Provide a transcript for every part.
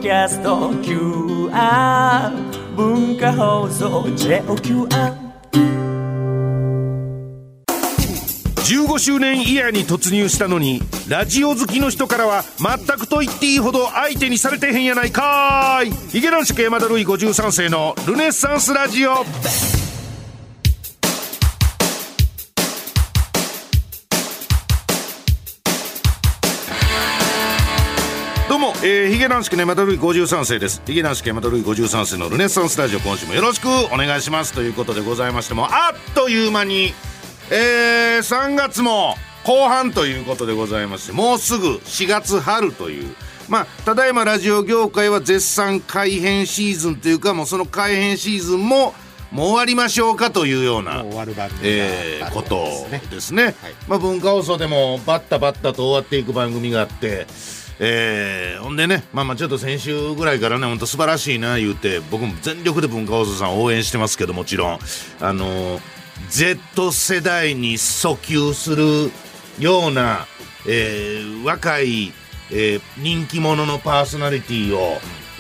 キャスト QR 文化放送 JOQR 15周年イヤーに突入したのにラジオ好きの人からは全くと言っていいほど相手にされてへんやないかーい。ヒゲ男子山田ルイ53世のルネッサンスラジオ。どうも、ヒゲ男子山田ルイ53世です。ヒゲ男子山田ルイ53世のルネッサンスラジオ、今週もよろしくお願いしますということでございましても、あっという間に3月も後半ということでございまして、もうすぐ4月春という、ただいまラジオ業界は絶賛改編シーズンというか、もうその改編シーズンも終わりましょうかというようなことですね、はい。文化放送でもバッタバッタと終わっていく番組があって、ほんでね、ちょっと先週ぐらいからね、本当素晴らしいな言うて、僕も全力で文化放送さん応援してますけど、もちろんZ 世代に訴求するような、若い、人気者のパーソナリティを、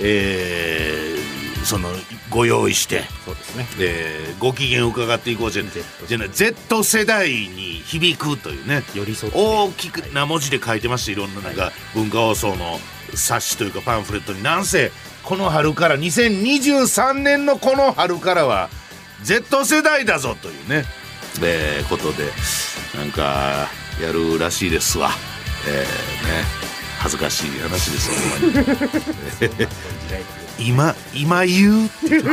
ご用意して、そうですね、ご機嫌伺っていこうじゃない Z 世代に響くというね、大きくな文字で書いてまして、いろんな文化放送の冊子というかパンフレットに、なんせこの春から2023年のこの春からはZ 世代だぞというね、ことでなんかやるらしいですわ。恥ずかしい話ですほんまに今言う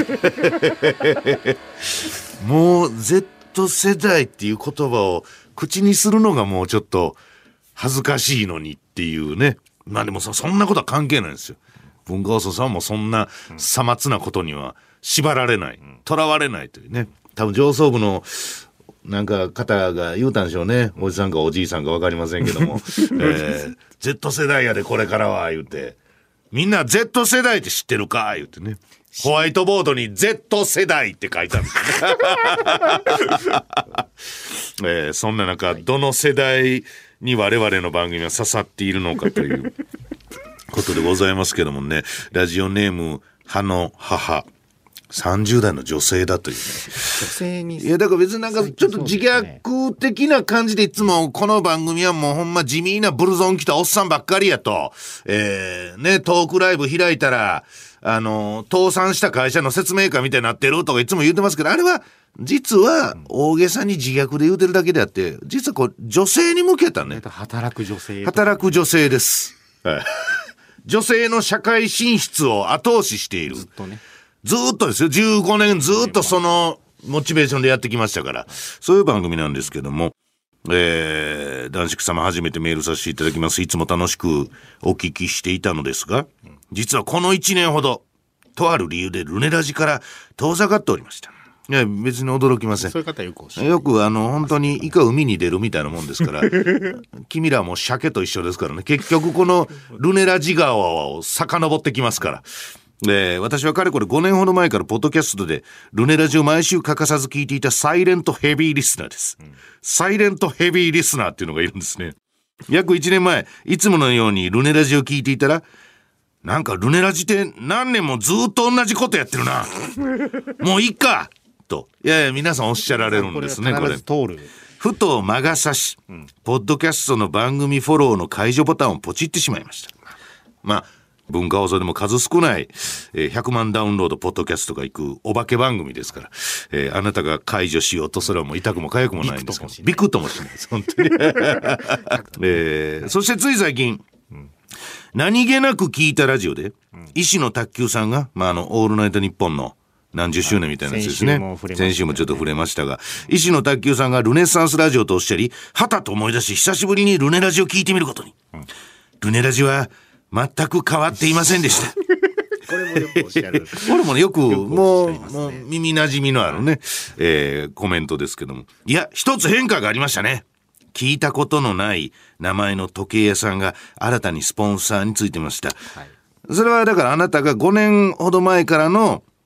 もう Z 世代っていう言葉を口にするのがもうちょっと恥ずかしいのにっていうね。でもそんなことは関係ないんですよ。文化放送さんもそんなさまつなことには縛られない、とらわれないというね。多分上層部の方が言うたんでしょうね。おじさんかおじいさんか分かりませんけども、Z 世代やでこれからは言うて、みんな Z 世代って知ってるか言うてね、ホワイトボードに Z 世代って書いてあるんですよね。そんな中、どの世代に我々の番組は刺さっているのかということでございますけどもね。ラジオネーム葉の母、30代の女性だというね。女性に、いやだから別にちょっと自虐的な感じで、いつもこの番組はもうほんま地味なブルゾン着たおっさんばっかりやと、トークライブ開いたら倒産した会社の説明会みたいになってるとかいつも言ってますけど、あれは実は大げさに自虐で言うてるだけであって、実はこう女性に向けたね、働く女性です、はい、女性の社会進出を後押ししている、ずっとですよ、15年ずっとそのモチベーションでやってきましたから、そういう番組なんですけども、男子様初めてメールさせていただきます。いつも楽しくお聞きしていたのですが、実はこの1年ほどとある理由でルネラジから遠ざかっておりました。いや別に驚きません。そういう方よく本当にイカ海に出るみたいなもんですから君らも鮭と一緒ですからね。結局このルネラジ川を遡ってきますから。私はかれこれ5年ほど前からポッドキャストでルネラジを毎週欠かさず聞いていたサイレントヘビーリスナーです、サイレントヘビーリスナーっていうのがいるんですね。約1年前、いつものようにルネラジを聞いていたら、ルネラジって何年もずっと同じことやってるなもういいかと、皆さんおっしゃられるんですね。これふと魔が差し、ポッドキャストの番組フォローの解除ボタンをポチってしまいました。文化放送でも数少ない、100万ダウンロードポッドキャストが行くお化け番組ですから、あなたが解除しようとそれはもう痛くも痒くもないんですけど、ビクともしないです本当に、そしてつい最近、何気なく聞いたラジオで、石野卓球さんが、オールナイトニッポンの何十周年みたいなやつですね。先週もちょっと触れましたが、石野卓球さんがルネッサンスラジオとおっしゃり、はたと思い出し久しぶりにルネラジを聞いてみることに、ルネラジは全く変わっていませんでしたこれもよくおっしゃるこれもよくもう耳なじみのあるね、コメントですけども、いや一つ変化がありましたね。聞いたことのない名前の時計屋さんが新たにスポンサーについてました、それはだからあなたが5年ほど前からの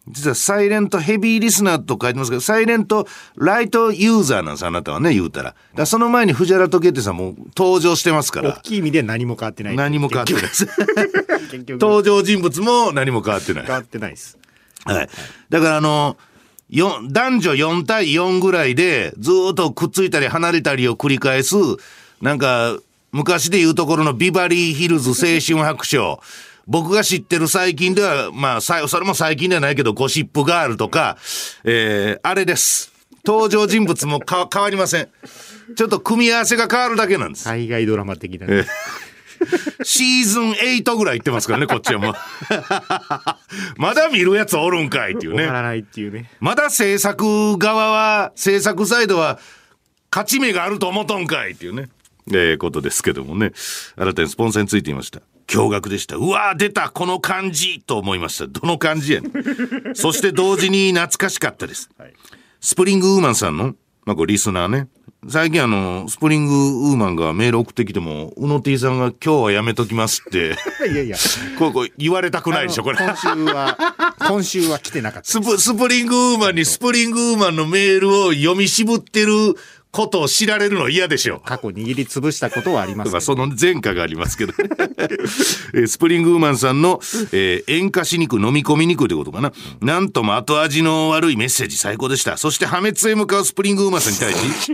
実はサイレントヘビーリスナーと書いてますけど、サイレントライトユーザーなんです、あなたはね、言うたら。だからその前に藤原時計さんも登場してますから。 大きい意味で何も変わってない。 何も変わってないです。登場人物も何も変わってない。 変わってないです。 はい。だから男女4対4ぐらいでずっとくっついたり離れたりを繰り返す、なんか昔で言うところのビバリーヒルズ青春白書。僕が知ってる最近では、まあ、それも最近ではないけど、ゴシップガールとか、あれです。登場人物も変わりません。ちょっと組み合わせが変わるだけなんです。 海外ドラマ的な、 シーズン8ぐらい行ってますからね、こっちはもう。まだ見るやつおるんかいっていうね。 終わらないっていうね。 まだ制作サイドは、勝ち目があると思っとんかいっていうね。ことですけどもね。新たにスポンサーについていました。驚愕でした。うわー出たこの感じと思いました。どの感じやねん。そして同時に懐かしかったです。はい、スプリングウーマンさんの、まあこれリスナーね。最近スプリングウーマンがメール送ってきても、うの T さんが今日はやめときますって。いやいや。こう言われたくないでしょ、これ。 今週は来てなかったスプリングウーマンにスプリングウーマンのメールを読み渋ってることを知られるの嫌でしょ。 過去握りつぶしたことはありますけど、 その前科がありますけどね。スプリングウーマンさんの、塩化しにくい飲み込みにくいということかな。なんとも後味の悪いメッセージ最高でした。そして破滅へ向かうスプリングウーマンさんに対し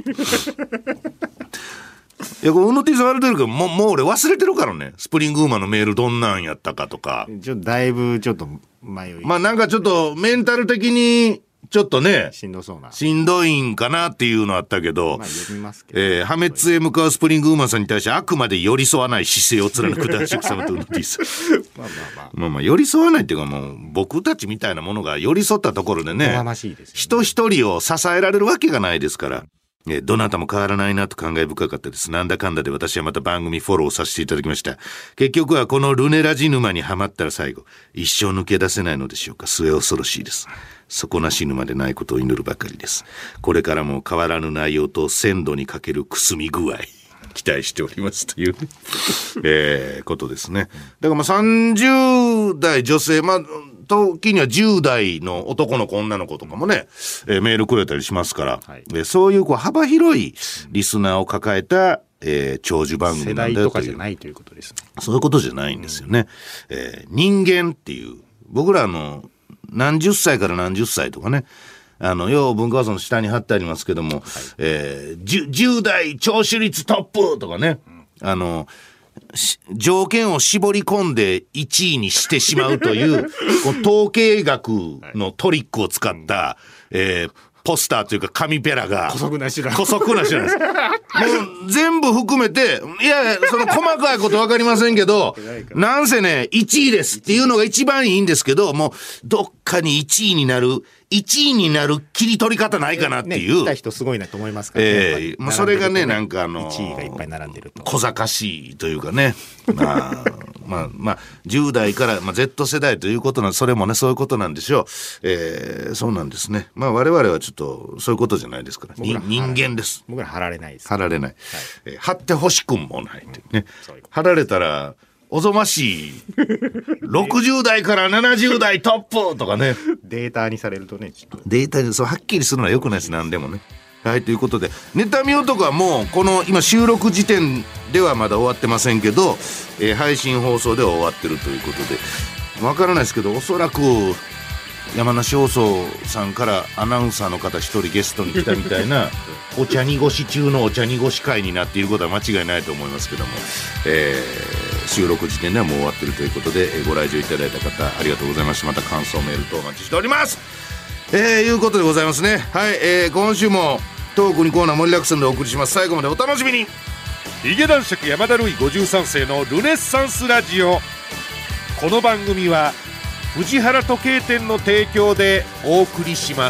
いやこれうの T さん言われてるけどもう俺忘れてるからね。スプリングウーマンのメールどんなんやったかとか。 だいぶちょっと迷い。 まあなんかちょっとメンタル的にちょっとね、 しんどいんかなっていうのあったけど、 まあ読みますけど、 破滅へ向かうスプリングウーマンさんに対してあくまで寄り添わない姿勢を貫く男爵様とウノティさん。まあ寄り添わないっていうかもう僕たちみたいなものが寄り添ったところでね、人一人を支えられるわけがないですから。どなたも変わらないなと感慨深かったです。なんだかんだで私はまた番組フォローさせていただきました。結局はこのルネラジ沼にはまったら最後、一生抜け出せないのでしょうか。末恐ろしいです。底なし沼でないことを祈るばかりです。これからも変わらぬ内容と鮮度にかけるくすみ具合、期待しておりますという、ことですね。だからまあ30代女性、まあ、時には10代の男の子女の子とかもね、メールくれたりしますから、はい、そういう幅広いリスナーを抱えた、長寿番組なんだよという。世代とかじゃないということですね。そういうことじゃないんですよね。人間っていう僕らの何十歳から何十歳とかね、要文化放送の下に貼ってありますけども、はい、10代聴取率トップとかね、条件を絞り込んで1位にしてしまうというこの統計学のトリックを使った、ポスターというか紙ペラが姑息なしなんです。もう全部含めて、いやその細かいこと分かりませんけど、なんせね1位ですっていうのが一番いいんですけど、もうどっかに1位になる切り取り方ないかなっていう。 来た人すごいなと思いますからね。 まあそれがねなんか 1位がいっぱい並んでると小賢しいというかね。まあ10代から、Z 世代ということそれもねそういうことなんでしょう。そうなんですね。まあ我々はちょっとそういうことじゃないですから。人間です。 僕ら貼られないです。 貼られない。はい、貼ってほしくもないっていうね。貼られたらおぞましい60代から70代トップとかねデータにされるとねちょっとデータにそうはっきりするのは良くないです。何でもね。はいということで妬み男はもうこの今収録時点ではまだ終わってませんけど、配信放送では終わってるということでわからないですけどおそらく山梨放送さんからアナウンサーの方一人ゲストに来たみたいなお茶濁し中のお茶濁し会になっていることは間違いないと思いますけども、収録時点ではもう終わってるということで、ご来場いただいた方ありがとうございました。また感想メールとお待ちしております。いうことでございますね。はい、今週もトークにコーナー盛りだくさんでお送りします。最後までお楽しみに。 ヒゲ男爵山田るい53世のルネッサンスラジオ。この番組は藤原時計店の提供でお送りします。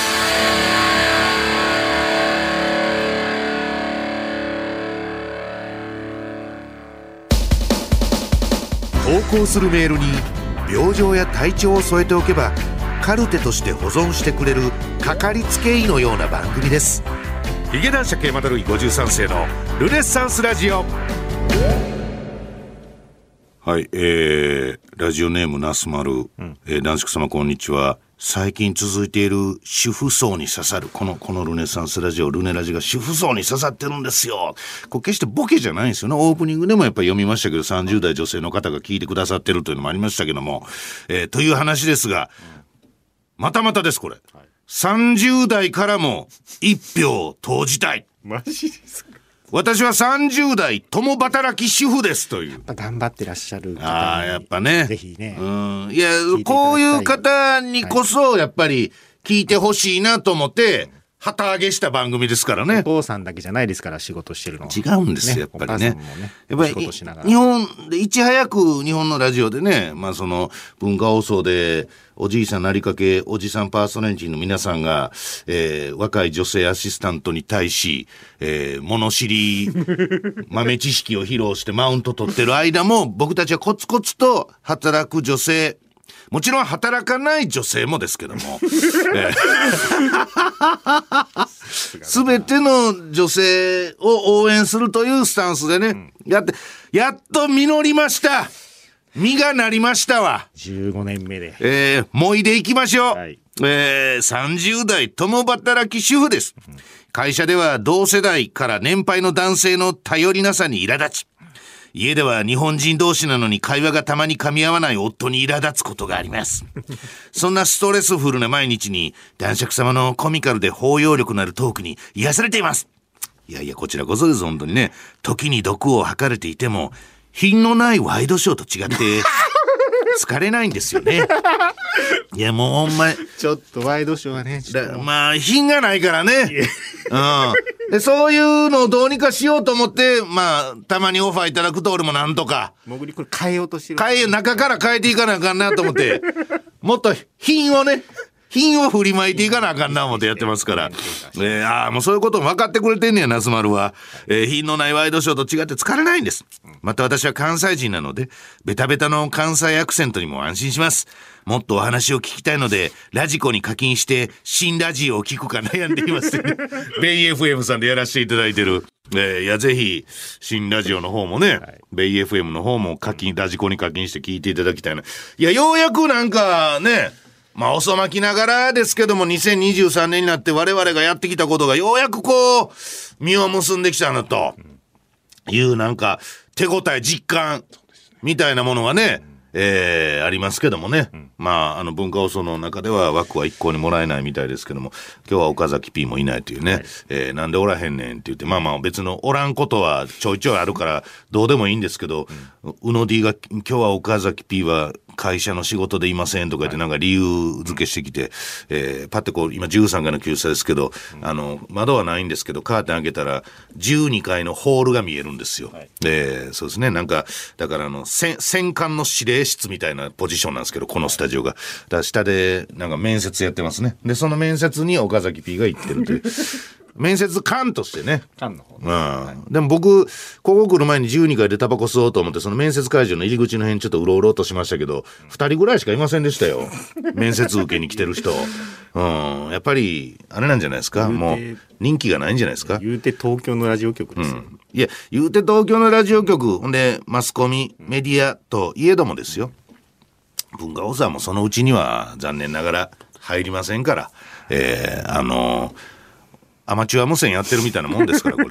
投稿するメールに病状や体調を添えておけばカルテとして保存してくれるかかりつけ医のような番組です。 ヒゲ男爵山田るい53世のルネッサンスラジオ。 はい、ラジオネームナスマル、男子様こんにちは。最近続いている主婦層に刺さるこのルネサンスラジオルネラジが主婦層に刺さってるんですよ。これ決してボケじゃないんですよね。オープニングでもやっぱり読みましたけど、30代女性の方が聞いてくださってるというのもありましたけども、という話ですが、またまたですこれ、30代からも1票投じたい。 マジですか。 私は30代共働き主婦ですという。 頑張ってらっしゃる方にやっぱね。 ぜひね。 いや、こういう方にこそ、やっぱり聞いてほしいなと思って、旗揚げした番組ですからね。 お父さんだけじゃないですから、仕事してるのは。 違うんですよ、やっぱりね。やっぱり、 日本で、いち早く日本のラジオでね、その、文化放送で、おじいさんなりかけ、おじさんパーソナリティの皆さんが、若い女性アシスタントに対し、物知り、豆知識を披露してマウント取ってる間も、僕たちはコツコツと働く女性、もちろん働かない女性もですけども、すべての女性を応援するというスタンスでね、やっと実りました。実がなりましたわ。 15年目で。 もいでいきましょう。 はい、 30代共働き主婦です。会社では同世代から年配の男性の頼りなさに苛立ち、家では日本人同士なのに会話がたまに噛み合わない夫に苛立つことがあります。そんなストレスフルな毎日に男爵様のコミカルで包容力のあるトークに癒されています。いやいや、こちらこそです本当にね。時に毒を吐かれていても品のないワイドショーと違って疲れないんですよね。いやもうほんまちょっとワイドショーはね、 品がないからね。でそういうのをどうにかしようと思って、たまにオファーいただくと俺もなんとかもぐりこれ変えようとしてる。 中から変えていかなあかんなと思って、もっと品を振りまいていかなあかんな思ってやってますから。もうそういうことも分かってくれてんねや、ナスマルは。品のないワイドショーと違って疲れないんです。また私は関西人なので、ベタベタの関西アクセントにも安心します。もっとお話を聞きたいので、ラジコに課金して、新ラジオを聞くか悩んでいますね。ベイ FM さんでやらせていただいてる。いや、ぜひ、新ラジオの方もね、ベイ FM の方もラジコに課金して聞いていただきたいな。いや、ようやくなんかね、遅まきながらですけども、2023年になって我々がやってきたことがようやくこう、実を結んできたなというなんか手応え実感みたいなものがね、ありますけどもね。文化放送の中では枠は一向にもらえないみたいですけども、今日は岡崎 P もいないというね、なんでおらへんねんって言って、別のおらんことはちょいちょいあるからどうでもいいんですけど、うの D が今日は岡崎 P は会社の仕事でいませんとか言ってなんか理由付けしてきて、パッてこう今13階の休舎ですけど、窓はないんですけどカーテン開けたら12階のホールが見えるんですよ。そうですね、なんかだから戦艦の司令室みたいなポジションなんですけど、このスタジオがだから下でなんか面接やってますね。でその面接に岡崎 P が行ってるという面接官としてね。 官の方ね。 でも僕ここ来る前に12階でタバコ吸おうと思って、その面接会場の入り口の辺ちょっとうろうろとしましたけど、2人ぐらいしかいませんでしたよ。面接受けに来てる人。やっぱりあれなんじゃないですか。もう人気がないんじゃないですか。 言うて東京のラジオ局ですよ。 いや言うて東京のラジオ局ほんでマスコミメディアといえどもですよ、文化放送はもうそのうちには残念ながら入りませんから、アマチュア無線やってるみたいなもんですからこれ。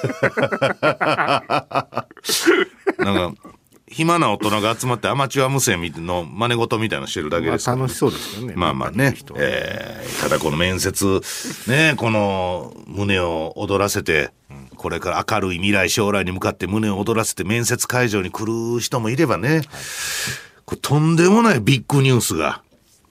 なんか暇な大人が集まってアマチュア無線の真似事みたいなのしてるだけですから、 楽しそうですよね。 ね、ただこの面接ね、この胸を躍らせて、これから明るい未来将来に向かって胸を躍らせて面接会場に来る人もいればね、これとんでもないビッグニュースが、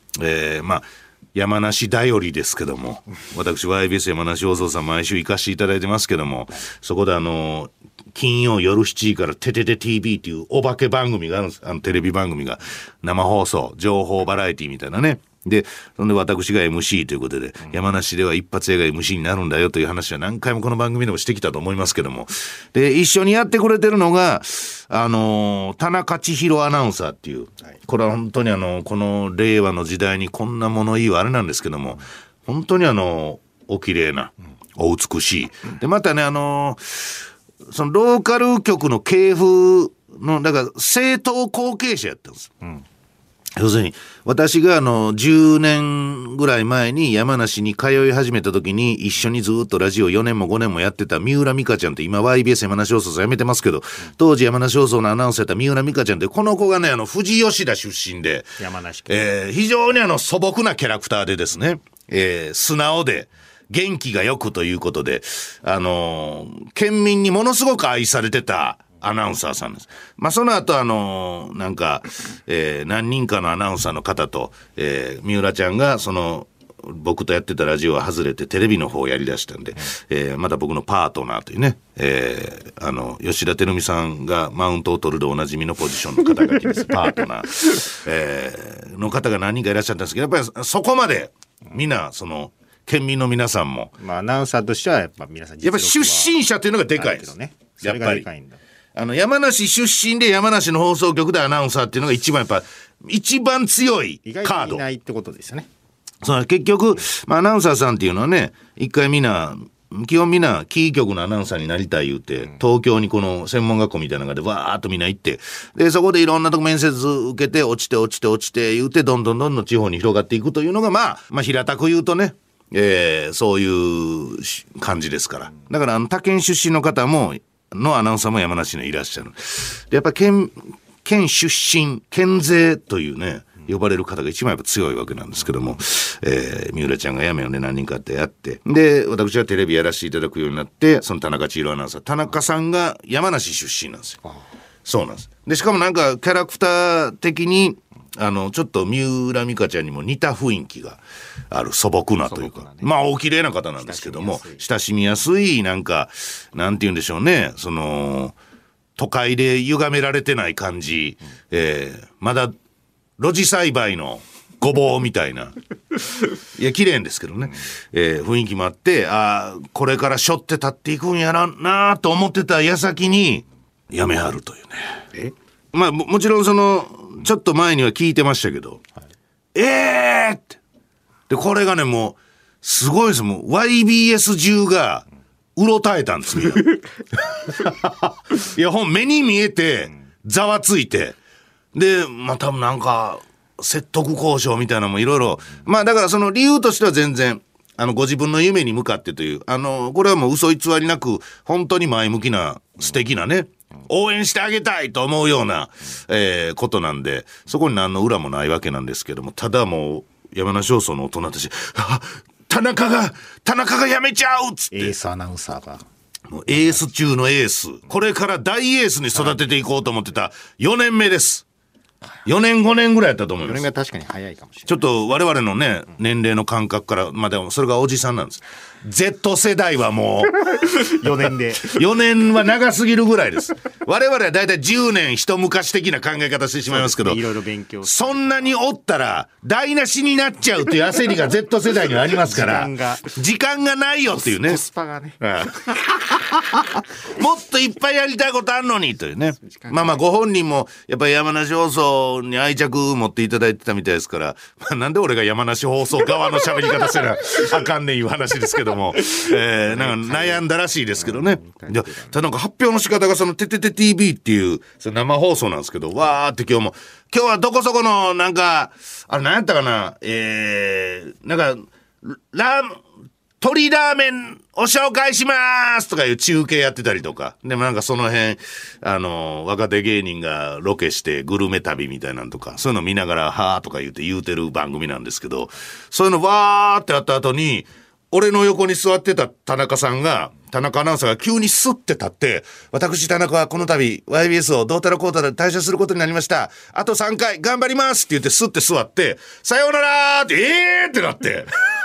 山梨だよりですけども、私 YBS 山梨放送さん毎週行かせていただいてますけども、そこで金曜夜7時からテテテ TV っていうお化け番組があるんです。テレビ番組が生放送情報バラエティみたいなね。でそんで私が MC ということで、山梨では一発映画 MC になるんだよという話は何回もこの番組でもしてきたと思いますけども、で一緒にやってくれてるのが田中千尋アナウンサーっていう、これは本当にこの令和の時代にこんな物言いはあれなんですけども、本当にお綺麗な、お美しいで、またねそのローカル局の系譜のだから政党後継者やったんです、要するに私が10年ぐらい前に山梨に通い始めた時に一緒にずっとラジオ4年も5年もやってた三浦美香ちゃんって、今 YBS 山梨放送さん辞めてますけど、当時山梨放送のアナウンサーやった三浦美香ちゃんで、この子がね富士吉田出身で山梨県、 非常に素朴なキャラクターでですね、素直で元気がよくということで、県民にものすごく愛されてたアナウンサーさんです。まあ、その後なんか、何人かのアナウンサーの方と、三浦ちゃんが僕とやってたラジオを外れてテレビの方をやりだしたんで、また僕のパートナーというね、吉田照美さんがマウントを取るでおなじみのポジションの肩書きです。パートナー、の方が何人かいらっしゃったんですけど、やっぱりそこまでみんな県民の皆さんも、 まあ、アナウンサーとしてはやっぱ皆さんやっぱ出身者というのがでかいです、 ね、それがでかいんだ。 山梨出身で山梨の放送局でアナウンサーっていうのが一番強いカード。 意外といないってことですよね。 そう結局、アナウンサーさんっていうのはね、一回基本みんなキー局のアナウンサーになりたい言うて、東京にこの専門学校みたいなのでわーっとみんな行って、でそこでいろんなとこ面接受けて落ちて言うて、どんどん地方に広がっていくというのがまあ平たく言うとね、そういう感じですから。だから他県出身の方のアナウンサーも山梨にいらっしゃる。でやっぱ県出身県勢というね呼ばれる方が一番やっぱ強いわけなんですけども、三浦ちゃんがやめをね何人かってやって、で私はテレビやらせていただくようになって、その田中千尋アナウンサー、田中さんが山梨出身なんですよ。そうなんです。でしかもなんかキャラクター的にちょっと三浦美香ちゃんにも似た雰囲気がある、素朴なというか、まあお綺麗な方なんですけども、親しみやすい、なんて言うんでしょうね、都会で歪められてない感じ、まだ露地栽培のごぼうみたいないや綺麗んですけどね、雰囲気もあって、これからしょって立っていくんやなと思ってた矢先にやめはるというね。まあ もちろんちょっと前には聞いてましたけど、ってでこれがねもうすごいです。もう YBS 中がうろたえたんですよいや目に見えてざわついて、でまあ多分なんか説得交渉みたいなのもいろいろ、まあだからその理由としては全然ご自分の夢に向かってという、これはもう嘘偽りなく本当に前向きな素敵なね、応援してあげたいと思うような、ことなんで、そこに何の裏もないわけなんですけども、ただもう山梨放送の大人たち、田中が辞めちゃうっつって、 エースアナウンサーがもうエース中のエース、これから大エースに育てていこうと思ってた4年目です。4年5年ぐらいやったと思います。 4年が確かに早いかもしれない。 ちょっと我々のね、年齢の感覚から、まあでもそれがおじさんなんです。Z 世代はもう 4年で 4年は長すぎるぐらいです。我々はだいたい10年一昔的な考え方してしまいますけど、 いろいろ勉強、 そんなにおったら台無しになっちゃうという焦りが Z 世代にはありますから時間がないよっていうね、 コスパがねもっといっぱいやりたいことあるのにというね。まあご本人もやっぱり山梨放送に愛着持っていただいてたみたいですから、なんで俺が山梨放送側の喋り方せなあかんねんいう話ですけども、なんか悩んだらしいですけどね。ただなんか発表の仕方がててて TV っていう生放送なんですけど、わーって今日はどこそこのなんか何やったかな、なんか鶏ラーメンお紹介しますとかいう中継やってたりとか、でもなんかその辺若手芸人がロケしてグルメ旅みたいなんとか、そういうの見ながらはーとか言うてる番組なんですけど、そういうのわーってやった後に俺の横に座ってた田中アナウンサーが急にスッて立って、私田中はこの度 YBS をどうたらこうたら退社することになりました、あと3回頑張りますって言ってスッて座って、さようならーってってなって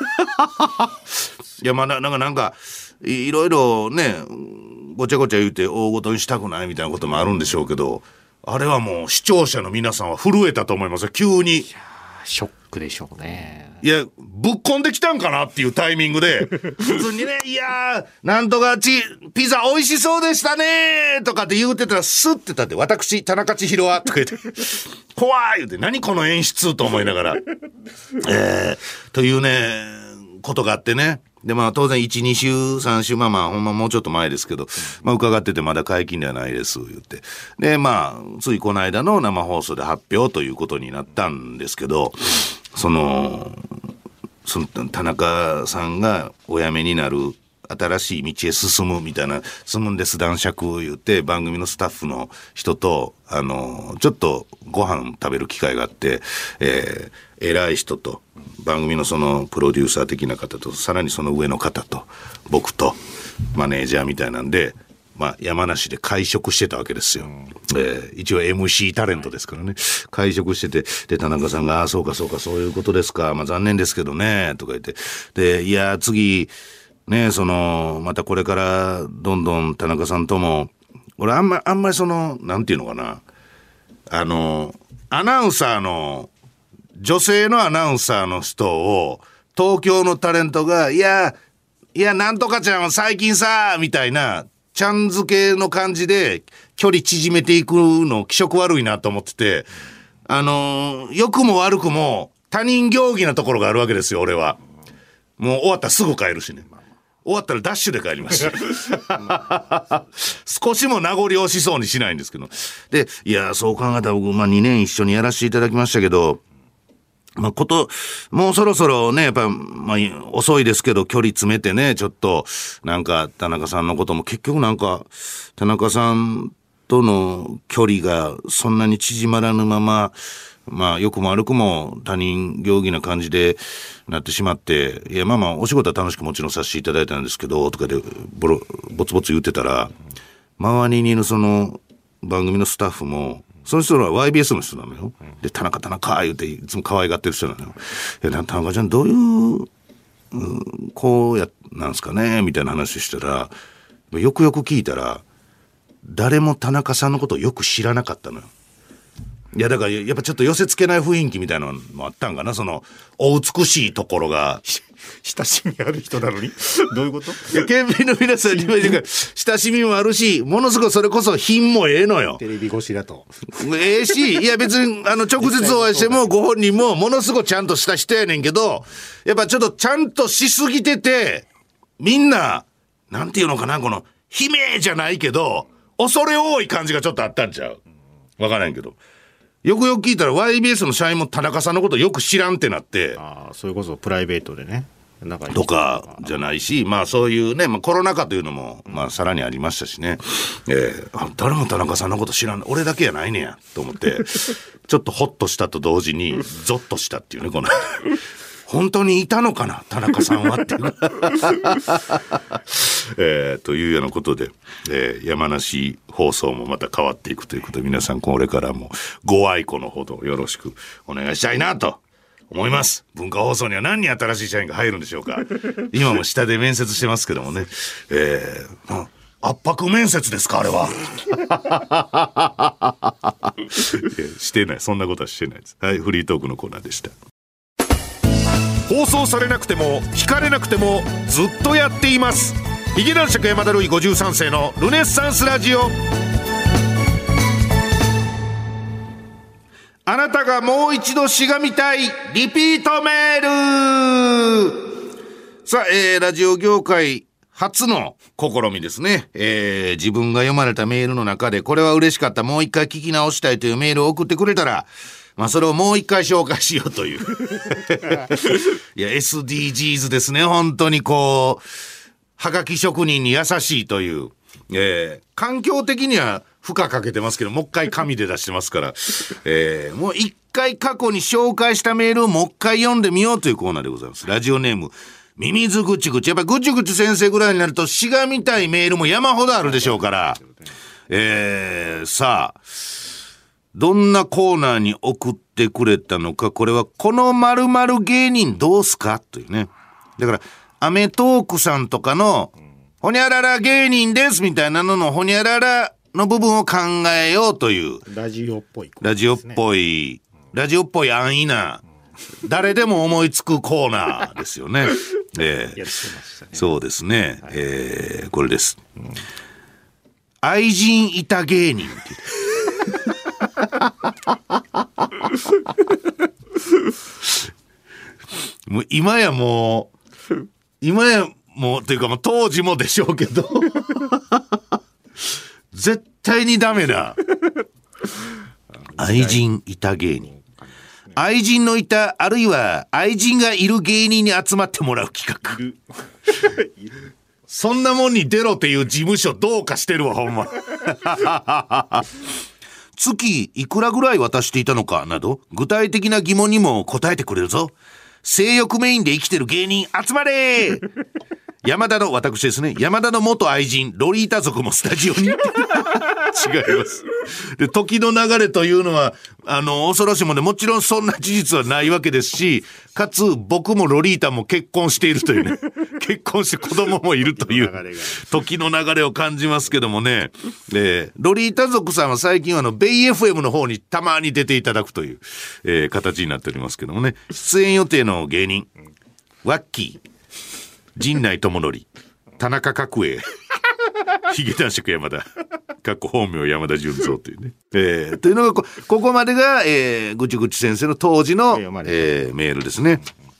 いやまあなんかいろいろねごちゃごちゃ言うて大ごとにしたくないみたいなこともあるんでしょうけど、あれはもう視聴者の皆さんは震えたと思いますよ。急にいやショックでしょうね。 いやぶっこんできたんかなっていうタイミングで普通にね、いやなんとかピザ美味しそうでしたねとかって言うてたらスッて立って、私田中千尋はとか言って怖い言うて、何この演出と思いながらというねことがあってね。 で当然1、2週、3週ほんまもうちょっと前ですけど、伺っててまだ解禁ではないです言って、でついこの間の生放送で発表ということになったんですけど、その田中さんがお辞めになる新しい道へ進むみたいな、進むんです男爵を言って、番組のスタッフの人とちょっとご飯食べる機会があって、偉い人と番組のそのプロデューサー的な方と、さらにその上の方と僕とマネージャーみたいなんで、山梨で会食してたわけですよ。一応 MC タレントですからね。会食してて、で田中さんがそうかそういうことですか、残念ですけどねとか言って、でいや次ね、またこれからどんどん田中さんとも、俺あんまりなんていうのかな、アナウンサーの女性のアナウンサーの人を東京のタレントがいやなんとかちゃんは最近さみたいなちゃん付けの感じで距離縮めていくの気色悪いなと思ってて、良くも悪くも他人行儀なところがあるわけですよ。俺はもう終わったらすぐ帰るしね、終わったらダッシュで帰ります少しも名残惜しそうにしないんですけど、でいやそう考えたら僕、2年一緒にやらせていただきましたけど、もうそろそろね、やっぱ、遅いですけど距離詰めてね、ちょっとなんか田中さんのことも、結局なんか田中さんとの距離がそんなに縮まらぬまま、良くも悪くも他人行儀な感じでなってしまって、いやお仕事は楽しくもちろんさせていただいたんですけどとかでボツボツ言ってたら、周りにいるその番組のスタッフも、その人らは YBS の人なのよ。で田中言うていつも可愛がってる人なのよ。田中ちゃんどういうこうなんですかねみたいな話したら、よくよく聞いたら誰も田中さんのことをよく知らなかったのよ。いやだからやっぱちょっと寄せ付けない雰囲気みたいなのもあったんかな、そのお美しいところが親しみある人なのにどういうこと？ いや県民の皆さんにも親しみもあるし、ものすごいそれこそ品もええのよ。 テレビ越しだとええし、いや別に直接お会いしてもご本人もものすごいちゃんとした人やねんけど、やっぱちょっとちゃんとしすぎてて、みんななんていうのかな、この悲鳴じゃないけど恐れ多い感じがちょっとあったんちゃう？わからんけど、よくよく聞いたら YBS の社員も田中さんのことよく知らんってなって、 それこそプライベートでねとかじゃないし、そういうね、コロナ禍というのもさらにありましたしね、誰も田中さんのこと知らん、俺だけやないねやと思ってちょっとホッとしたと同時にゾッとしたっていうね、この本当にいたのかな田中さんはってというようなことで、山梨放送もまた変わっていくということで、皆さんこれからもご愛顧のほどよろしくお願いしたいなと思います。文化放送には何人新しい社員が入るんでしょうか。今も下で面接してますけどもね、圧迫面接ですかあれはしてない、そんなことはしてないです。はい、フリートークのコーナーでした。 放送されなくても聞かれなくてもずっとやっています。ヒゲ男爵山田るい53世のルネッサンスラジオ。 あなたがもう一度しがみたいリピートメール。さあ、ラジオ業界初の試みですね。自分が読まれたメールの中でこれは嬉しかった、もう一回聞き直したいというメールを送ってくれたら、それをもう一回紹介しようといういや SDGs ですね。本当にこうはがき職人に優しいという、環境的には負荷かけてますけど、もう一回紙で出してますから、もう一回過去に紹介したメールをもう一回読んでみようというコーナーでございます。ラジオネームミミズぐちぐち。やっぱぐちぐち先生ぐらいになるとしがみたいメールも山ほどあるでしょうから、さあどんなコーナーに送ってくれたのか。これはこの〇〇芸人どうすかというね。だからアメトークさんとかのほにゃらら芸人ですみたいなののほにゃららの部分を考えようというラジオっぽい安易な、誰でも思いつくコーナーですよね。 やってましたね。 そうですね、これです、愛人いた芸人ってもう今やもう今やもうというかもう当時もでしょうけど絶対にダメだ。愛人いた芸人、愛人のいたあるいは愛人がいる芸人に集まってもらう企画そんなもんに出ろっていう事務所どうかしてるわほんま月いくらぐらい渡していたのかなど具体的な疑問にも答えてくれるぞ。性欲メインで生きてる芸人集まれ山田の私ですね、山田の元愛人ロリータ族もスタジオに違いますで時の流れというのは恐ろしいもんで、もちろんそんな事実はないわけですし、かつ僕もロリータも結婚しているというね結婚して子供もいるという時の流れを感じますけどもね、ロリータ族さんは最近はベイ FM の方にたまに出ていただくという、形になっておりますけどもね、出演予定の芸人ワッキー、陣内智則、田中角栄ヒゲ男爵山田本名山田純三というね、というのがここまでが、ぐちぐち先生の当時の、メールですね。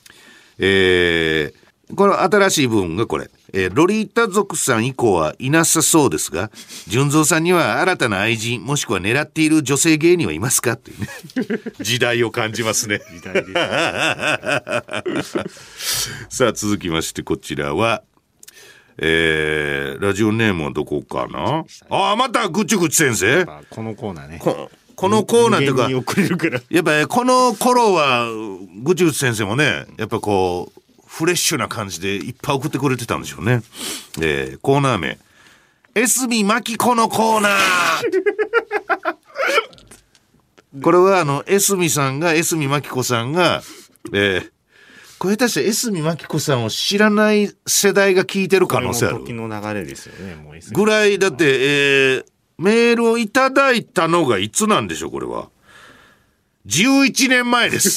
この新しい部分がこれ、ロリータ族さん以降はいなさそうですが、純三さんには新たな愛人もしくは狙っている女性芸人はいますかというね時代を感じますね。時代ですさあ続きましてこちらはラジオネームはどこかな。またぐちぐち先生、 このコーナーね、 このコーナーというかやっぱりこの頃はぐちぐち先生もねやっぱこうフレッシュな感じでいっぱい送ってくれてたんでしょうね。コーナー名エスミマキコのコーナーこれはエスミマキコさんがこれ下手したらエスミマキコさんを知らない世代が聞いてる可能性ある。 時の流れですよね。もうぐらいだって、メールをいただいたのがいつなんでしょう。これは11年前です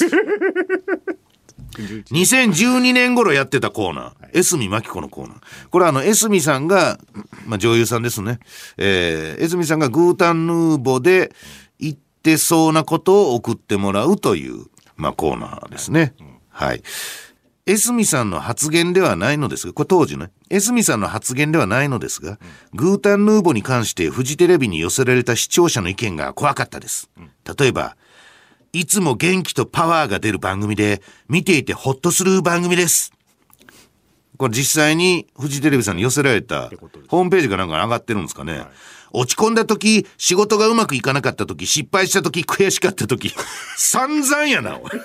2012年頃やってたコーナー、エスミマキコのコーナー。これはエスミさんが、女優さんですね、エスミさんがグータンヌーボで言ってそうなことを送ってもらうという、コーナーですね。はい。エスミさんの発言ではないのですが、これ当時ね、エスミさんの発言ではないのですが、グータンヌーボに関してフジテレビに寄せられた視聴者の意見が怖かったです。例えば、いつも元気とパワーが出る番組で、見ていてホッとする番組です。これ実際にフジテレビさんに寄せられたホームページがなんか上がってるんですかね。落ち込んだ時、仕事がうまくいかなかった時、失敗した時、悔しかった時、散々やなおい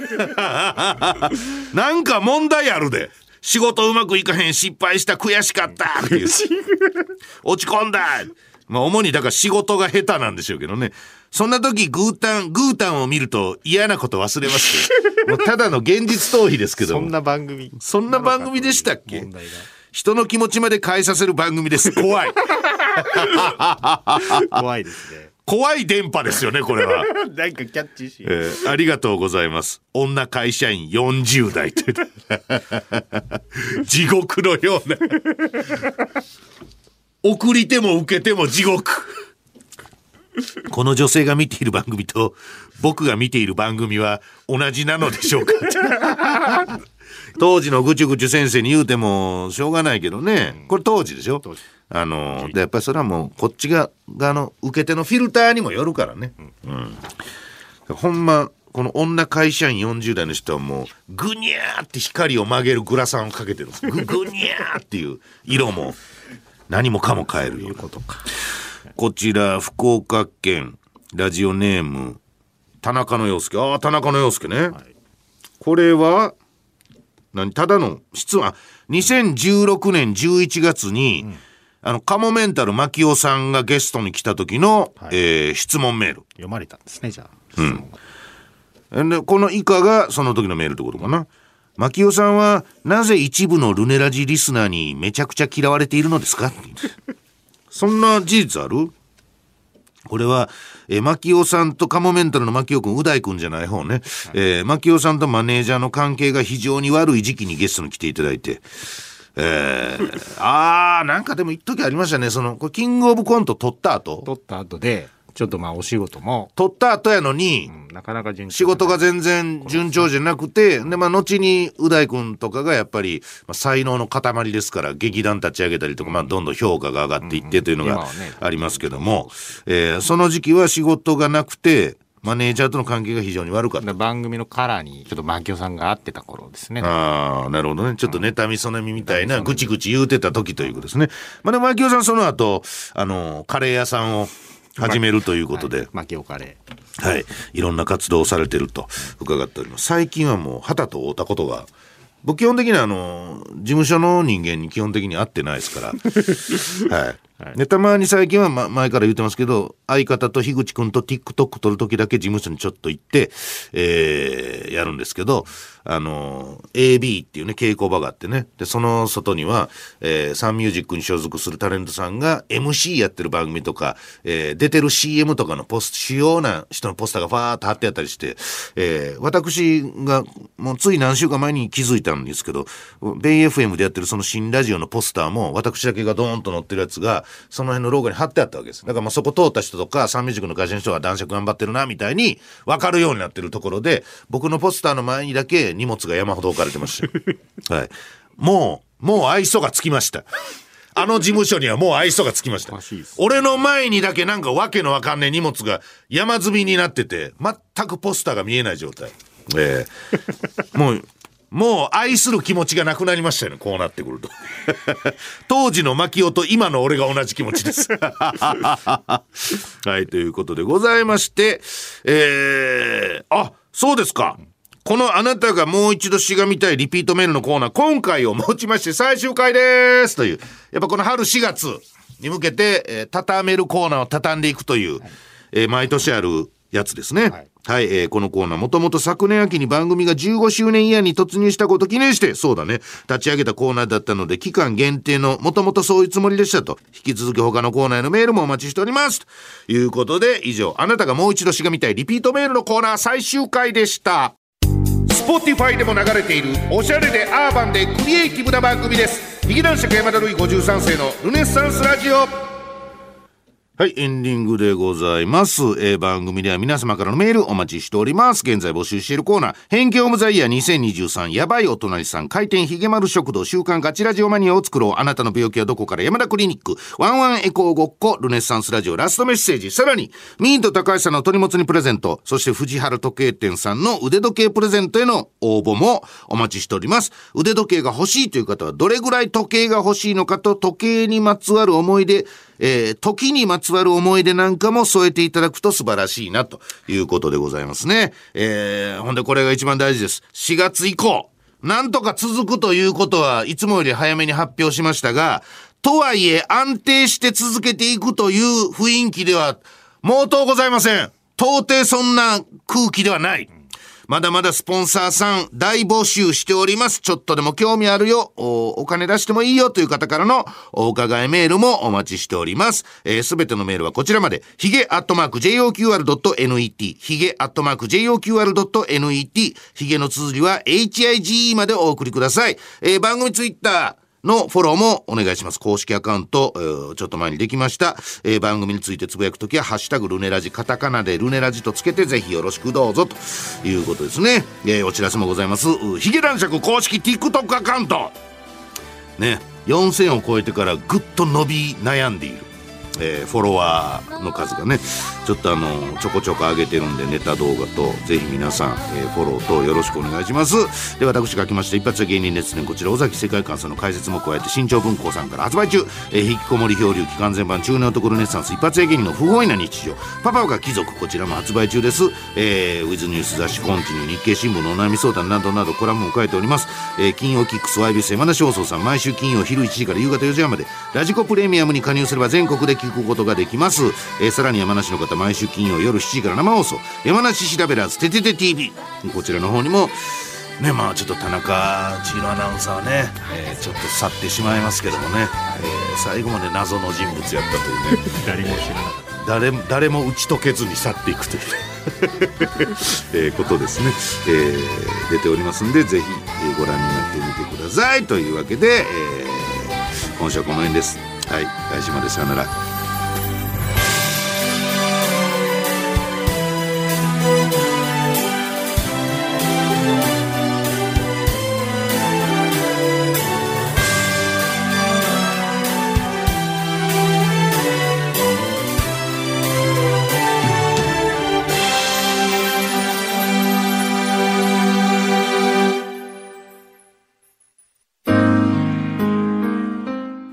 なんか問題あるで。仕事うまくいかへん、失敗した、悔しかったっていう落ち込んだ。主にだから仕事が下手なんでしょうけどね。そんな時グータンを見ると嫌なこと忘れますけどもうただの現実逃避ですけどそんな番組でしたっけ。人の気持ちまで変えさせる番組です。怖い怖いですね。 怖い電波ですよねこれはなんかキャッチーし、 ありがとうございます。女会社員40代という地獄のような送り手も受けても地獄この女性が見ている番組と僕が見ている番組は同じなのでしょうか当時のぐちゅぐちゅ先生に言うてもしょうがないけどね、これ当時でしょ。でやっぱりそれはもうこっち側の受け手のフィルターにもよるからね、ほんまこの女会社員40代の人はもうグニャーって光を曲げるグラサンをかけてるんです。グニャーっていう色も何もかも変えるようなことか。こちら福岡県ラジオネーム田中の陽介。田中の陽介ね、これはただの質問。2016年11月に、カモメンタル牧雄さんがゲストに来た時の、質問メール読まれたんですね。じゃあ、でこの以下がその時のメールってことかな。牧雄さんはなぜ一部のルネラジリスナーにめちゃくちゃ嫌われているのですかそんな事実ある？これは、牧雄さんとカモメンタルの牧雄くん、う大くんじゃない方ね、牧雄さんとマネージャーの関係が非常に悪い時期にゲストに来ていただいて、なんかでも一時ありましたね。これキングオブコント撮った後でちょっとまあお仕事も、 取った後やのに、 なかなか順調仕事が全然順調じゃなくて、でまあ後にう大君とかがやっぱり、才能の塊ですから劇団立ち上げたりとか、まあどんどん評価が上がっていってというのがありますけども、その時期は仕事がなくてマネージャーとの関係が非常に悪かった。 番組のカラーにちょっとマキオさんが合ってた頃ですね。 ああ、なるほどね。ちょっと妬みそねみみたいなぐちぐち言うてた時ということですね。まあでもマキオさんその後カレー屋さんを始めるということで、 マキオカレー、はい、いろんな活動をされてると伺っております。最近はもう旗と会ったことが、僕基本的に事務所の人間に基本的に会ってないですからはい、でたまに最近は、前から言ってますけど、相方と樋口くんと TikTok 撮る時だけ事務所にちょっと行って、やるんですけど、AB っていうね稽古場があってね、でその外には、サンミュージックに所属するタレントさんが MC やってる番組とか、出てる CM とかの主要な人のポスターがファーッと貼ってあったりして、私がもうつい何週間前に気づいたんですけど、ベイ FM でやってるその新ラジオのポスターも私だけがドーンと載ってるやつがその辺の廊下に貼ってあったわけです。だからまあそこ通った人とかサンミュージックの会社の人が男爵頑張ってるなみたいに分かるようになってるところで、僕のポスターの前にだけ荷物が山ほど置かれてましたはい、もう愛想がつきました事務所にはもう愛想がつきました。俺の前にだけなんかわけのわかんねえ荷物が山積みになってて、全くポスターが見えない状態、もう愛する気持ちがなくなりましたよね、こうなってくると当時の牧雄と今の俺が同じ気持ちですはい、ということでございまして、そうですか、このあなたがもう一度詩が見たいリピートメールのコーナー、今回をもちまして最終回ですという、やっぱこの春4月に向けて、畳めるコーナーを畳んでいくという、毎年あるやつですね。はい、このコーナーもともと昨年秋に番組が15周年イヤーに突入したことを記念して、そうだね、立ち上げたコーナーだったので期間限定のもともとそういうつもりでしたと。引き続き他のコーナーへのメールもお待ちしておりますということで、以上あなたがもう一度詩が見たいリピートメールのコーナー最終回でした。Spotify でも流れているおしゃれでアーバンでクリエイティブな番組です。劇団四季山田るい53世のルネッサンスラジオ。はい、エンディングでございます。番組では皆様からのメールお待ちしております。現在募集しているコーナー、偏見オブザイヤー2023やばいお隣さん、回転ひげ丸食堂、週刊ガチラジオマニアを作ろう、あなたの病気はどこから、山田クリニック、ワンワンエコーごっこ、ルネッサンスラジオラストメッセージ、さらにミート高橋さんの鳥もつにプレゼント、そして藤原時計店さんの腕時計プレゼントへの応募もお待ちしております。腕時計が欲しいという方はどれぐらい時計が欲しいのかと、時計にまつわる思い出、時にまつわる思い出なんかも添えていただくと素晴らしいなということでございますね。ほんでこれが一番大事です。4月以降なんとか続くということはいつもより早めに発表しましたが、とはいえ安定して続けていくという雰囲気では毛頭ございません。到底そんな空気ではない。まだまだスポンサーさん大募集しております。ちょっとでも興味あるよ、お金出してもいいよという方からのお伺いメールもお待ちしております。すべてのメールはこちらまで、ヒゲ@joqr.net、ヒゲ@joqr.net、ヒゲの綴りは HIGE までお送りください。番組ツイッターのフォローもお願いします。公式アカウント、ちょっと前にできました。番組についてつぶやくときはハッシュタグルネラジ、カタカナでルネラジとつけてぜひよろしくどうぞということですね。お知らせもございます。ヒゲ男爵公式 TikTok アカウントね、4000を超えてからぐっと伸び悩んでいる、フォロワーの数がねちょっとちょこちょこ上げてるんで、ネタ動画とぜひ皆さん、フォローとよろしくお願いします。で私が来ました一発芸人熱伝、こちら尾崎世界観さんの解説も加えて新潮文庫さんから発売中。引きこもり漂流期間全般中年男ルネッサンス一発芸人の不本意な日常、パパが貴族、こちらも発売中です。ウィズニュース雑誌コンティニュー、日経新聞のお悩み相談などなどコラムを書いております。金曜キックス YBS 山田翔壮さん、毎週金曜昼1時から夕方4時半までラジコプレミアムに加入すれば全国で聞くことができます。さらに山梨の方、毎週金曜夜7時から生放送山梨調べらずててて TV、 こちらの方にもね、まあちょっと田中千尋アナウンサーね、ちょっと去ってしまいますけどもね、最後まで謎の人物やったというね誰も知らなかった、 誰も打ち解けずに去っていくということですね。出ておりますんでぜひご覧になってみてくださいというわけで、今週はこの辺です。はい、来週までさよなら。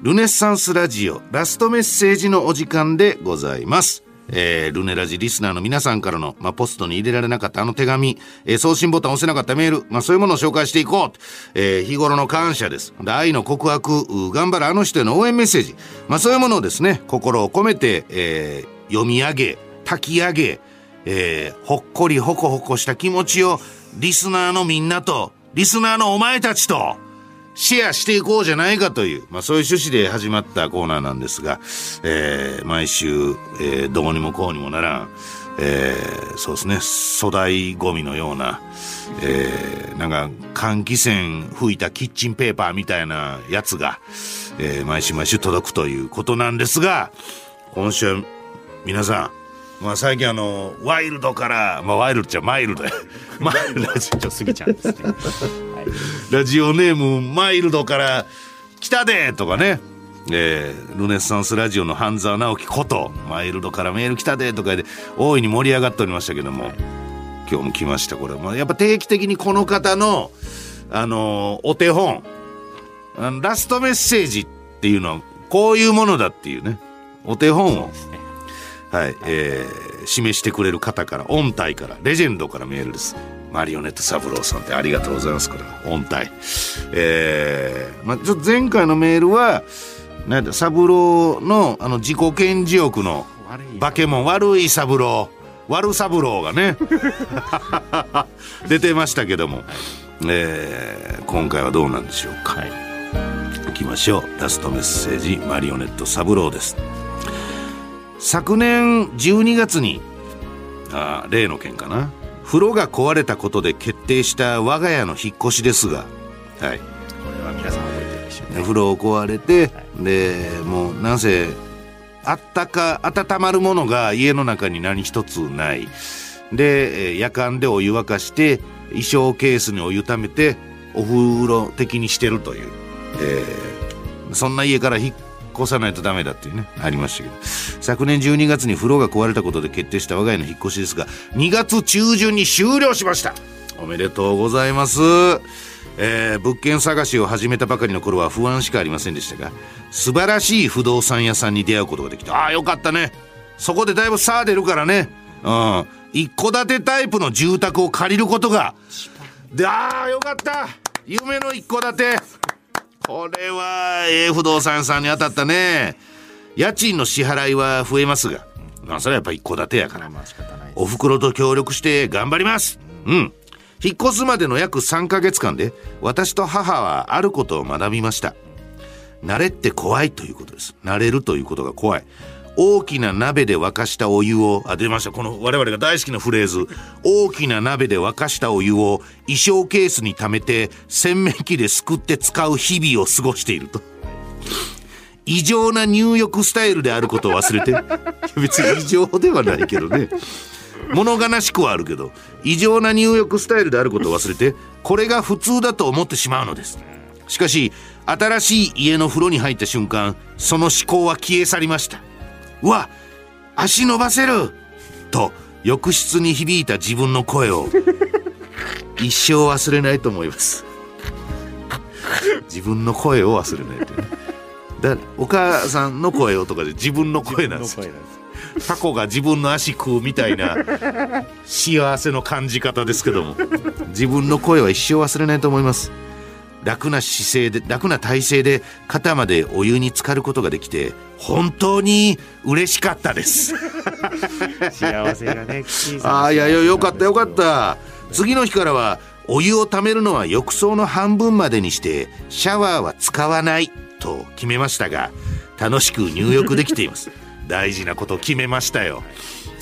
ルネッサンスラジオラストメッセージのお時間でございます。ルネラジリスナーの皆さんからの、ポストに入れられなかったあの手紙、送信ボタン押せなかったメール、そういうものを紹介していこう、日頃の感謝です。愛の告白、頑張るあの人への応援メッセージ、そういうものをですね、心を込めて、読み上げ炊き上げ、ほっこりほこほこした気持ちをリスナーのみんなとリスナーのお前たちとシェアしていこうじゃないかという、そういう趣旨で始まったコーナーなんですが、毎週、どうにもこうにもならん、そうですね、粗大ゴミのような、なんか換気扇吹いたキッチンペーパーみたいなやつが、毎週毎週届くということなんですが、今週は皆さん、最近ワイルドから、ワイルドっちゃマイルドやちょっと過ぎちゃうんですね。 ラジオネームマイルドから来たでとかね、ルネッサンスラジオの半沢直樹ことマイルドからメール来たでとかで大いに盛り上がっておりましたけども、今日も来ました。これ、やっぱ定期的にこの方のお手本、ラストメッセージっていうのはこういうものだっていうね、お手本を、はい、示してくれる方から、音体から、レジェンドからメールです。マリオネット三郎さんってありがとうございます。これ音体、ちょっと前回のメールはなんだ、三郎の自己顕示欲の化け物悪い三郎がね出てましたけども、今回はどうなんでしょうか。行きましょう。ラストメッセージ、マリオネット三郎です。昨年12月に例の件かな、風呂が壊れたことで決定した我が家の引っ越しですが、はい、これは皆さん覚えてるでしょうね。 風呂壊れて、でもうなんせ温まるものが家の中に何一つないで、夜間でお湯沸かして衣装ケースにお湯ためてお風呂的にしてるという、そんな家から引っ越さないとダメだっていうね、ありましたけど、昨年12月に風呂が壊れたことで決定した我が家の引っ越しですが、2月中旬に終了しました。おめでとうございます。物件探しを始めたばかりの頃は不安しかありませんでしたが、素晴らしい不動産屋さんに出会うことができて、よかったね。そこでだいぶ差出るからね、一戸建てタイプの住宅を借りることがで、よかった。夢の一戸建て、これは不動産屋さんに当たったね。家賃の支払いは増えますが、それはやっぱ一戸建てやから、お袋と協力して頑張ります。引っ越すまでの約3ヶ月間で私と母はあることを学びました。慣れって怖いということです。慣れるということが怖い。大きな鍋で沸かしたお湯を、出ました、この我々が大好きなフレーズ、大きな鍋で沸かしたお湯を衣装ケースに溜めて洗面器ですくって使う日々を過ごしていると。異常な入浴スタイルであることを忘れて別に異常ではないけどね、物悲しくはあるけど、異常な入浴スタイルであることを忘れて、これが普通だと思ってしまうのです。しかし新しい家の風呂に入った瞬間、その思考は消え去りました。うわ、足伸ばせると浴室に響いた自分の声を一生忘れないと思います。自分の声を忘れないと、お母さんの声をとかで自分の声なんですよ。タコが自分の足食うみたいな幸せの感じ方ですけども、自分の声は一生忘れないと思います。楽な姿勢で、楽な体勢で肩までお湯に浸かることができて本当に嬉しかったです。 幸せがね、 いやよかったよかった。次の日からはお湯をためるのは浴槽の半分までにしてシャワーは使わないと決めましたが、楽しく入浴できています。大事なことを決めましたよ。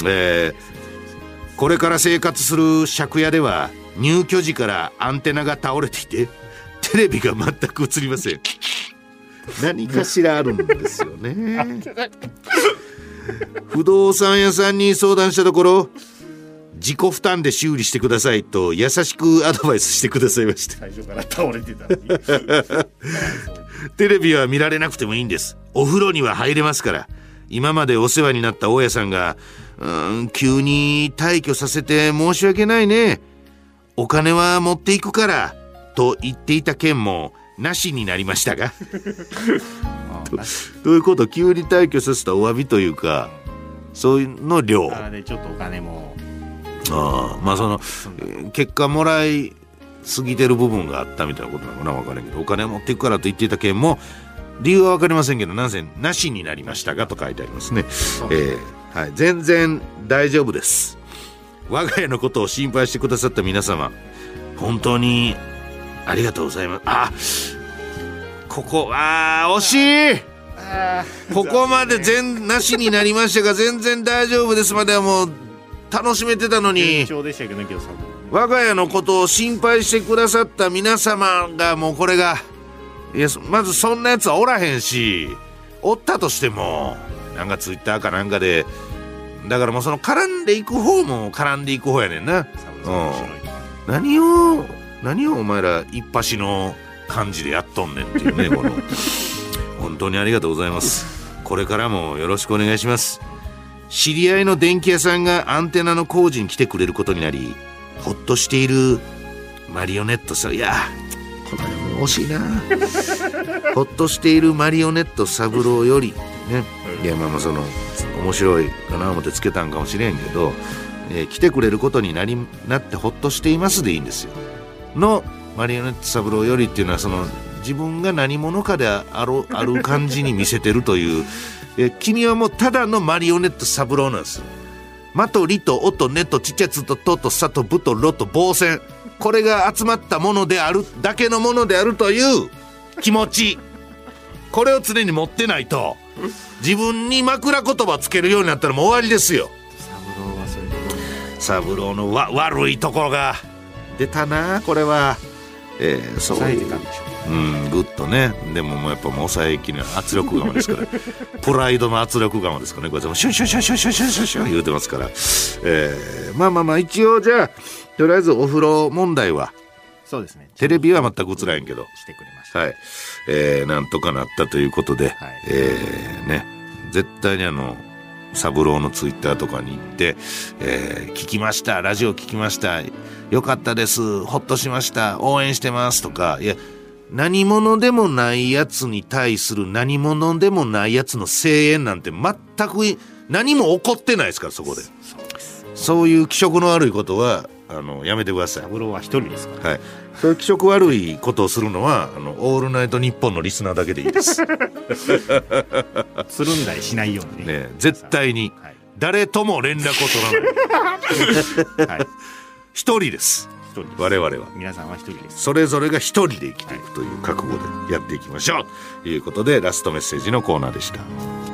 これから生活する借家では入居時からアンテナが倒れていてテレビが全く映りません。何かしらあるんですよね。不動産屋さんに相談したところ、自己負担で修理してくださいと優しくアドバイスしてくださいました。 最初から倒れてたのにテレビは見られなくてもいいんです。お風呂には入れますから。今までお世話になった大家さんが急に退去させて申し訳ないね、お金は持っていくからと言っていた件もなしになりましたがどういうこと？急に退去させたお詫びというか、そういうの量。 でちょっとお金もまあその結果もらい過ぎてる部分があったみたいなことなのかな、分からんけど、お金持っていくからと言っていた件も理由は分かりませんけど、なんせなしになりましたがと書いてありますね。はい、全然大丈夫です。我が家のことを心配してくださった皆様、本当にありがとうございます。ここ惜しい。ここまでなしになりましたが全然大丈夫ですまではもう楽しめてたのに、 順調でしたけどね、今日さん我が家のことを心配してくださった皆様がもうこれが、いやまずそんなやつはおらへんし、おったとしてもなんかツイッターかなんかで、だからもうその絡んでいく方も絡んでいく方やねんな。何をお前ら一発の感じでやっとんねんっていうねこの本当にありがとうございます。これからもよろしくお願いします。知り合いの電気屋さんがアンテナの工事に来てくれることになり、ほっとしているマリオネットさ、いやこの辺も惜しいなほっとしているマリオネット三郎よりね、いやまあその面白いかな思ってつけたんかもしれんけど、来てくれることになってほっとしていますでいいんですよ。のマリオネット三郎よりっていうのは、その自分が何者かである感じに見せてるという君はもうただのマリオネット三郎なんですよ。マとリとオとネとチチャツとトとサとブとロと棒線、これが集まったものであるだけのものであるという気持ち、これを常に持ってないと自分に枕言葉つけるようになったらもう終わりですよ。三郎の悪いところが出たなこれは。そういうぐっとね。でももうやっぱもう抑えきの圧力釜ですからプライドの圧力釜ですからね。これでもシュンシュンシュンシュンシュンシュンシュンシュン言うてますから、まあ一応じゃあとりあえずお風呂問題はそうですね、 テレビは全く映らへんけどしてくれました。 はい、なんとかなったということで、ね、絶対に三郎のツイッターとかに行って、聞きました、ラジオ聞きました、よかったです、ほっとしました、応援してますとか、いや何者でもないやつに対する何者でもないやつの声援なんて全く何も起こってないですから、そこで。そういう気色の悪いことはやめてください。 三郎は一人ですから、 はい、そういう気色悪いことをするのはオールナイトニッポンのリスナーだけでいいですつるんだりしないように ね、 絶対に誰とも連絡を取らない、一人です。我々は皆さんは一人です。 それぞれが一人で生きていくという覚悟でやっていきましょうということで、ラストメッセージのコーナーでした。